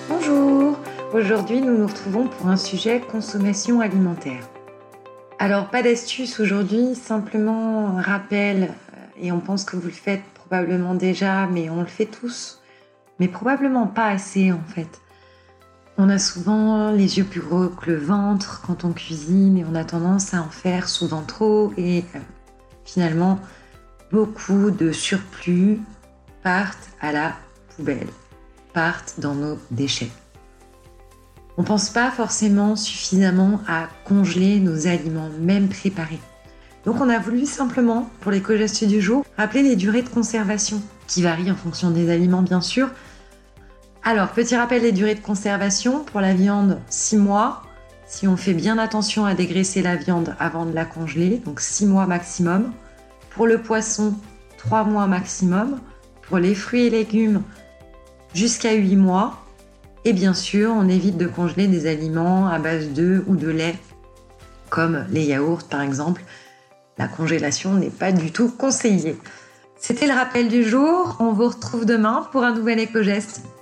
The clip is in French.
Bonjour, aujourd'hui nous nous retrouvons pour un sujet consommation alimentaire. Alors pas d'astuce aujourd'hui, simplement un rappel, et on pense que vous le faites probablement déjà, mais on le fait tous, mais probablement pas assez en fait. On a souvent les yeux plus gros que le ventre quand on cuisine et on a tendance à en faire souvent trop et finalement beaucoup de surplus partent à la poubelle, partent dans nos déchets. On ne pense pas forcément suffisamment à congeler nos aliments, même préparés. Donc on a voulu simplement, pour l'éco-geste du jour, rappeler les durées de conservation, qui varient en fonction des aliments bien sûr. Alors, petit rappel des durées de conservation, pour la viande, 6 mois, si on fait bien attention à dégraisser la viande avant de la congeler, donc 6 mois maximum. Pour le poisson, 3 mois maximum. Pour les fruits et légumes, jusqu'à 8 mois. Et bien sûr, on évite de congeler des aliments à base d'œufs ou de lait, comme les yaourts par exemple. La congélation n'est pas du tout conseillée. C'était le rappel du jour. On vous retrouve demain pour un nouvel éco-geste.